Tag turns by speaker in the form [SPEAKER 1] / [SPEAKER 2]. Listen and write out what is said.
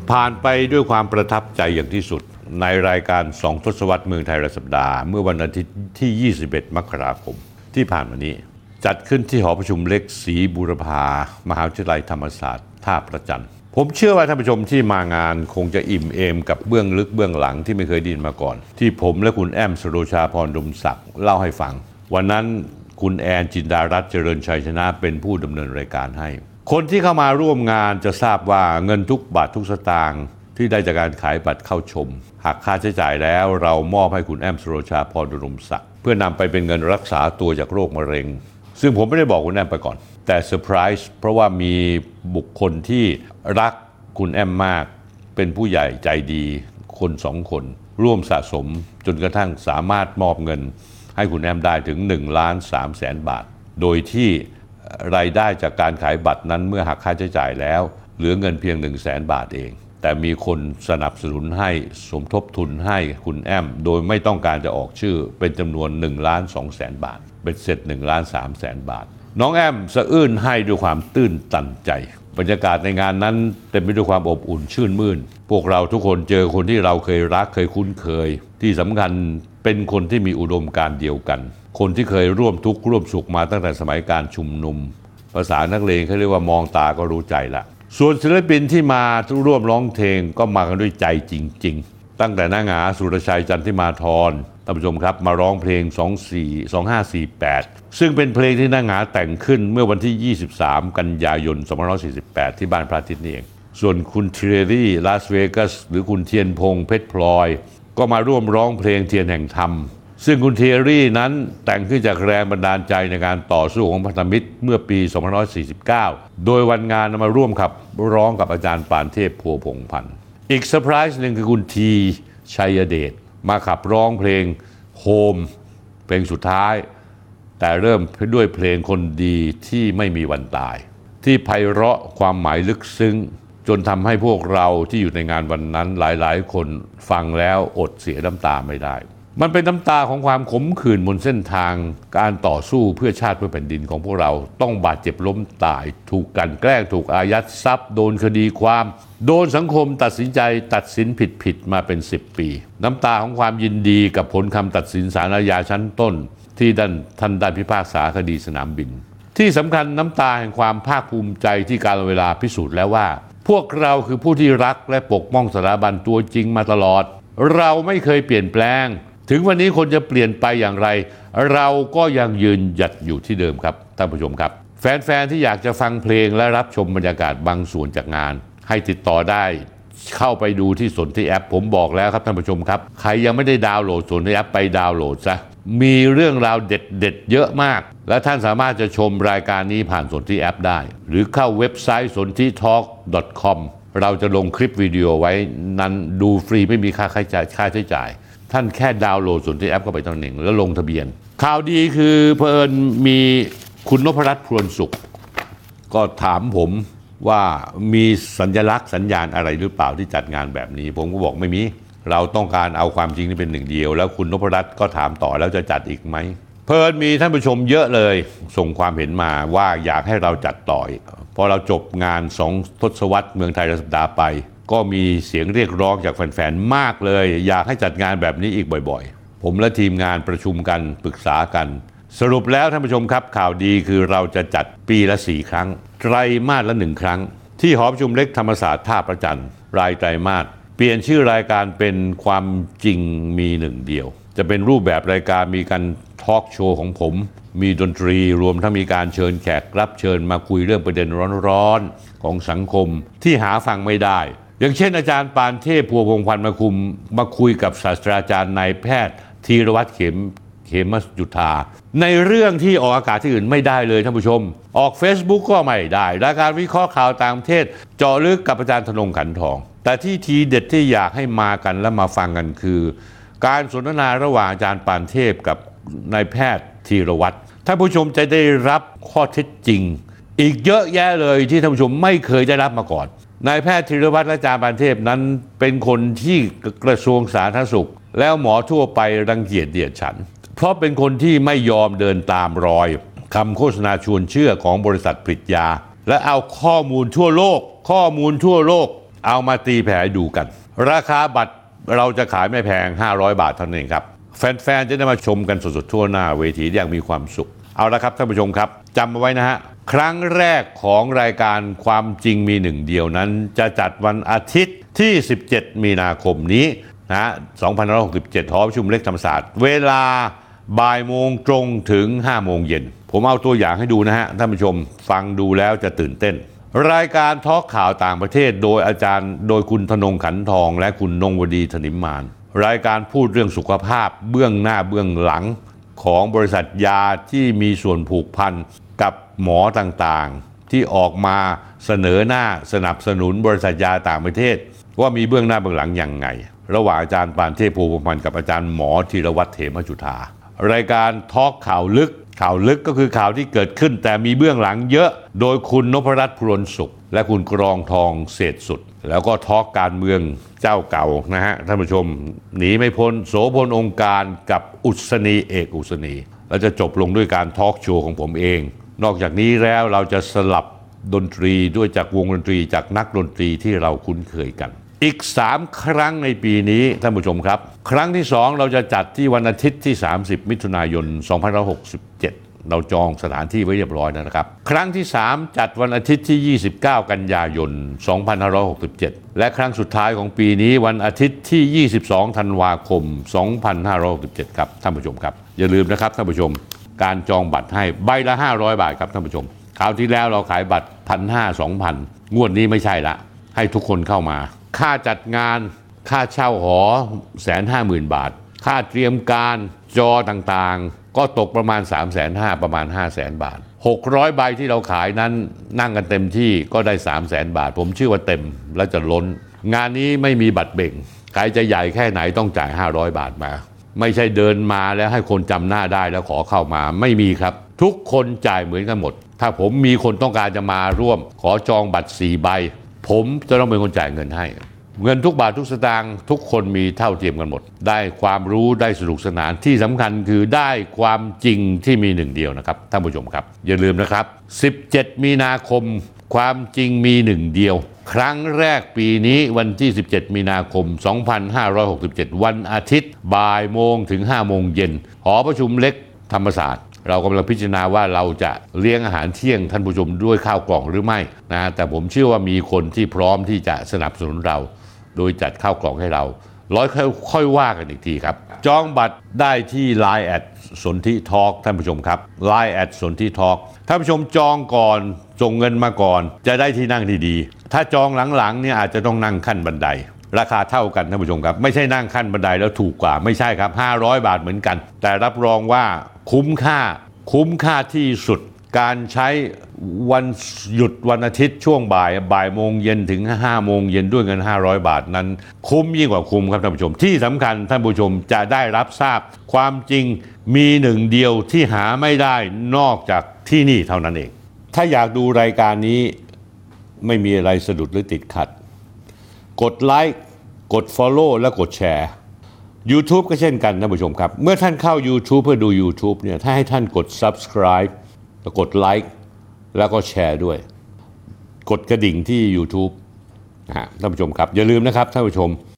[SPEAKER 1] ผ่านไปด้วยความประทับใจอย่างที่สุดในรายการ2 ทศวรรษเมืองไทยรายสัปดาห์เมื่อวันอาทิตย์ที่21 มกราคมที่ผ่านมานี้จัดขึ้นที่หอประชุมเล็กศรีบูรพามหาวิทยาลัยธรรมศาสตร์ท่าพระจันทร์ผมเชื่อว่าท่านผู้ชมที่มางานคงจะอิ่มเอมกับเบื้องลึกเบื้องหลังที่ไม่เคยได้ยินมาก่อนที่ผมและคุณแอมสโรชาพรดมศักดิ์เล่าให้ฟังวันนั้นคุณแอนจินดารัตน์เจริญชัยชนะเป็นผู้ดำเนินรายการให้คนที่เข้ามาร่วมงานจะทราบว่าเงินทุกบาททุกสตางค์ที่ได้จากการขายบัตรเข้าชมหากค่าใช้จ่ายแล้วเรามอบให้คุณแอมสโรชาพรดมศักดิ์เพื่อนำไปเป็นเงินรักษาตัวจากโรคมะเร็งซึ่งผมไม่ได้บอกคุณแอมไปก่อนแต่เซอร์ไพรส์เพราะว่ามีบุคคลที่รักคุณแอมมากเป็นผู้ใหญ่ใจดีคน2 คนร่วมสะสมจนกระทั่งสามารถมอบเงินให้คุณแอมได้ถึง1,300,000 บาทโดยที่รายได้จากการขายบัตรนั้นเมื่อหักค่าใช้จ่ายแล้วเหลือเงินเพียง100,000 บาทเองแต่มีคนสนับสนุนให้สมทบทุนให้คุณแอมโดยไม่ต้องการจะออกชื่อเป็นจำนวน1,200,000 บาทเป็นเสร็จ1,300,000 บาทน้องแอมสะอื้นให้ด้วยความตื้นตันใจบรรยากาศในงานนั้นเต็มไปด้วยความอบอุ่นชื่นมื่นพวกเราทุกคนเจอคนที่เราเคยรักเคยคุ้นเคยที่สำคัญเป็นคนที่มีอุดมการณ์เดียวกันคนที่เคยร่วมทุกข์ร่วมสุขมาตั้งแต่สมัยการชุมนุมภาษานักเลงเขาเรียกว่ามองตาก็รู้ใจละส่วนศิลปินที่มาร่วมร้องเพลงก็มากันด้วยใจจริงๆตั้งแต่นางหงาสุรชัยจันทิมาธรท่านผู้ชมครับมาร้องเพลง2548ซึ่งเป็นเพลงที่นางหงาแต่งขึ้นเมื่อวันที่23 กันยายน 2548ที่บ้านพระอาทิตย์นี่เองส่วนคุณเทเรรี่ลาสเวกัสหรือคุณเทียนพงษ์เพชรพลอยก็มาร่วมร้องเพลงเทียนแห่งธรรมซึ่งคุณเทเรรี่นั้นแต่งขึ้นจากแรงบันดาลใจในการต่อสู้ของพันธมิตรเมื่อปี 2549 โดยวันงานนำมาร่วมขับร้องกับอาจารย์ปานเทพพัวพงษ์พันธ์อีกเซอร์ไพรส์หนึ่งคือคุณทีชัยเดชมาขับร้องเพลงโฮมเพลงสุดท้ายแต่เริ่มด้วยเพลงคนดีที่ไม่มีวันตายที่ไพเราะความหมายลึกซึ้งจนทำให้พวกเราที่อยู่ในงานวันนั้นหลายๆคนฟังแล้วอดเสียน้ำตาไม่ได้มันเป็นน้ำตาของความขมขื่นบนเส้นทางการต่อสู้เพื่อชาติเพื่อแผ่นดินของพวกเราต้องบาดเจ็บล้มตายถูกกลั่นแกล้งถูกอายัดทรัพย์โดนคดีความโดนสังคมตัดสินผิดมาเป็น10 ปีน้ำตาของความยินดีกับผลคำตัดสินศาลอาญาชั้นต้นที่ท่านได้พิพากษาคดีสนามบินที่สำคัญน้ำตาแห่งความภาคภูมิใจที่กาลเวลาพิสูจน์แล้วว่าพวกเราคือผู้ที่รักและปกป้องสถาบันตัวจริงมาตลอดเราไม่เคยเปลี่ยนแปลงถึงวันนี้คนจะเปลี่ยนไปอย่างไรเราก็ยังยืนหยัดอยู่ที่เดิมครับท่านผู้ชมครับแฟนๆที่อยากจะฟังเพลงและรับชมบรรยากาศบางส่วนจากงานให้ติดต่อได้เข้าไปดูที่สนธิแอปผมบอกแล้วครับท่านผู้ชมครับใครยังไม่ได้ดาวน์โหลดสนธิแอปไปดาวน์โหลดซะมีเรื่องราวเด็ดเยอะมากและท่านสามารถจะชมรายการนี้ผ่านสนธิแอปได้หรือเข้าเว็บไซต์sontitalk.com เราจะลงคลิปวิดีโอไว้นั้นดูฟรีไม่มีค่าใช้จ่ายท่านแค่ดาวน์โหลดสนธิแอปเข้าไปตอนหนึ่งแล้วลงทะเบียนข่าวดีคือเพิ่นมีคุณนพรัตน์พรวนสุขก็ถามผมว่ามีสัญญาณอะไรหรือเปล่าที่จัดงานแบบนี้ผมก็บอกไม่มีเราต้องการเอาความจริงที่เป็นหนึ่งเดียวแล้วคุณนพรัตน์ก็ถามต่อแล้วจะจัดอีกไหมเพิ่นมีท่านผู้ชมเยอะเลยส่งความเห็นมาว่าอยากให้เราจัดต่อพอเราจบงาน2 ทศวรรษเมืองไทยรายสัปดาห์ไปก็มีเสียงเรียกร้องจากแฟนๆมากเลยอยากให้จัดงานแบบนี้อีกบ่อยๆผมและทีมงานประชุมกันปรึกษากันสรุปแล้วท่านผู้ชมครับข่าวดีคือเราจะจัดปีละ4 ครั้งไตรมาสละ1 ครั้งที่หอประชุมเล็กธรรมศาสตร์ท่าพระจันทร์รายไตรมาสเปลี่ยนชื่อรายการเป็นความจริงมีหนึ่งเดียวจะเป็นรูปแบบรายการมีการทอล์กโชว์ของผมมีดนตรีรวมทั้งมีการเชิญแขกรับเชิญมาคุยเรื่องประเด็นร้อนๆของสังคมที่หาฟังไม่ได้อย่างเช่นอาจารย์ปานเทพพัวพงษ์พันธ์มาคุยกับศาสตราจารย์นายแพทย์ธีรวัตรเขมจุฑาในเรื่องที่ออกอากาศที่อื่นไม่ได้เลยท่านผู้ชมออก Facebook ก็ไม่ได้รายการวิเคราะห์ข่าวต่างประเทศเจาะลึกกับอาจารย์ธนงขันทองแต่ที่ทีเด็ดที่อยากให้มากันและมาฟังกันคือการสนทนาระหว่างอาจารย์ปานเทพกับนายแพทย์ธีรวัตรท่านผู้ชมจะได้รับข้อเท็จจริงอีกเยอะแยะเลยที่ท่านผู้ชมไม่เคยได้รับมาก่อนนายแพทย์ธีรวัตรและอาจารย์ปานเทพนั้นเป็นคนที่กระทรวงสาธารณสุขแล้วหมอทั่วไปรังเกียจเดียดฉันเพราะเป็นคนที่ไม่ยอมเดินตามรอยคำโฆษณาชวนเชื่อของบริษัทผลิตยาและเอาข้อมูลทั่วโลกเอามาตีแผลดูกันราคาบัตรเราจะขายไม่แพง500 บาทเท่านั้นเองครับแฟนๆจะได้มาชมกันสดๆทั่วหน้าเวทีอย่างมีความสุขเอาละครับท่านผู้ชมครับจำเอาไว้นะฮะครั้งแรกของรายการความจริงมีหนึ่งเดียวนั้นจะจัดวันอาทิตย์ที่17มีนาคมนี้นะ2567หอประชุมเล็กธรรมศาสตร์เวลาบ่ายโมงตรงถึง5โมงเย็นผมเอาตัวอย่างให้ดูนะฮะท่านผู้ชมฟังดูแล้วจะตื่นเต้นรายการทอล์กข่าวต่างประเทศโดยอาจารย์โดยคุณธนงขันทองและคุณนงวดีถนิมมานรายการพูดเรื่องสุขภาพเบื้องหน้าเบื้องหลังของบริษัทยาที่มีส่วนผูกพันกับหมอต่างๆที่ออกมาเสนอหน้าสนับสนุนบริษัทยาต่างประเทศว่ามีเบื้องหน้าเบื้องหลังอย่างไงระหว่างอาจารย์ปานเทพโพพพันธ์กับอาจารย์หมอธีรวัตรเถมจุฑารายการทอล์กข่าวลึกก็คือข่าวที่เกิดขึ้นแต่มีเบื้องหลังเยอะโดยคุณนพรัตน์ พุรนสุขและคุณกรองทองเศรษฐสุดแล้วก็ทอล์กการเมืองเจ้าเก่านะฮะท่านผู้ชมหนีไม่พ้นโสพลองค์การกับอุศนีเอกอุศนีแล้วจะจบลงด้วยการทอล์กโชว์ของผมเองนอกจากนี้แล้วเราจะสลับดนตรีด้วยจากวงดนตรีจากนักดนตรีที่เราคุ้นเคยกันอีก3ครั้งในปีนี้ท่านผู้ชมครับครั้งที่2เราจะจัดที่วันอาทิตย์ที่30มิถุนายน2567เราจองสถานที่ไว้เรียบร้อยนะครับครั้งที่3จัดวันอาทิตย์ที่29กันยายน2567และครั้งสุดท้ายของปีนี้วันอาทิตย์ที่22ธันวาคม2567ครับท่านผู้ชมครับอย่าลืมนะครับท่านผู้ชมการจองบัตรให้ใบละ500 บาทครับท่านผู้ชมคราวที่แล้วเราขายบัตร 1,500 2,000 งวดนี้ไม่ใช่ละให้ทุกคนเข้ามาค่าจัดงานค่าเช่าหอ 150,000 บาทค่าเตรียมการจอต่างๆก็ตกประมาณ 350,000 ประมาณ 500,000 บาท600 ใบที่เราขายนั้นนั่งกันเต็มที่ก็ได้ 300,000 บาทผมเชื่อว่าเต็มและจะล้นงานนี้ไม่มีบัตรเบ่งใครจะใหญ่แค่ไหนต้องจ่าย500 บาทมาไม่ใช่เดินมาแล้วให้คนจำหน้าได้แล้วขอเข้ามาไม่มีครับทุกคนจ่ายเหมือนกันหมดถ้าผมมีคนต้องการจะมาร่วมขอจองบัตร4 ใบผมจะต้องเป็นคนจ่ายเงินให้เงินทุกบาททุกสตางค์ทุกคนมีเท่าเทียมกันหมดได้ความรู้ได้สนุกสนานที่สำคัญคือได้ความจริงที่มีหนึ่งเดียวนะครับท่านผู้ชมครับอย่าลืมนะครับ17มีนาคมความจริงมีหนึ่งเดียวครั้งแรกปีนี้วันที่17มีนาคม2567วันอาทิตย์บ่ายโมงถึง5โมงเย็นหอประชุมเล็กธรรมศาสตร์เรากำลังพิจารณาว่าเราจะเลี้ยงอาหารเที่ยงท่านผู้ชมด้วยข้าวกล่องหรือไม่นะแต่ผมเชื่อว่ามีคนที่พร้อมที่จะสนับสนุนเราโดยจัดข้าวกล่องให้เราค่อยว่ากันอีกทีครับจองบัตรได้ที่ Line แอดสนธิทอล์กท่านผู้ชมครับ Line แอดสนธิทอล์กท่านผู้ชมจองก่อนส่งเงินมาก่อนจะได้ที่นั่งที่ดีถ้าจองหลังๆเนี่ยอาจจะต้องนั่งขั้นบันไดราคาเท่ากันท่านผู้ชมครับไม่ใช่นั่งขั้นบันไดแล้วถูกกว่าไม่ใช่ครับ500 บาทเหมือนกันแต่รับรองว่าคุ้มค่าที่สุดการใช้วันหยุดวันอาทิตย์ช่วงบ่ายโมงเย็นถึง5โมงเย็นด้วยเงิน500 บาทนั้นคุ้มยิ่งกว่าคุ้มครับท่านผู้ชมที่สำคัญท่านผู้ชมจะได้รับทราบความจริงมีหนึ่งเดียวที่หาไม่ได้นอกจากที่นี่เท่านั้นเองถ้าอยากดูรายการนี้ไม่มีอะไรสะดุดหรือติดขัดกดไลค์กด Follow และกดแชร์ YouTube ก็เช่นกันท่านผู้ชมครับเมื่อท่านเข้า YouTube เพื่อดู YouTube เนี่ยถ้าให้ท่านกด Subscribe แล้วกดไลค์แล้วก็แชร์ด้วยกดกระดิ่งที่ YouTube นะฮะท่านผู้ชมครับอย่าลืมนะครับท่านผู้ชม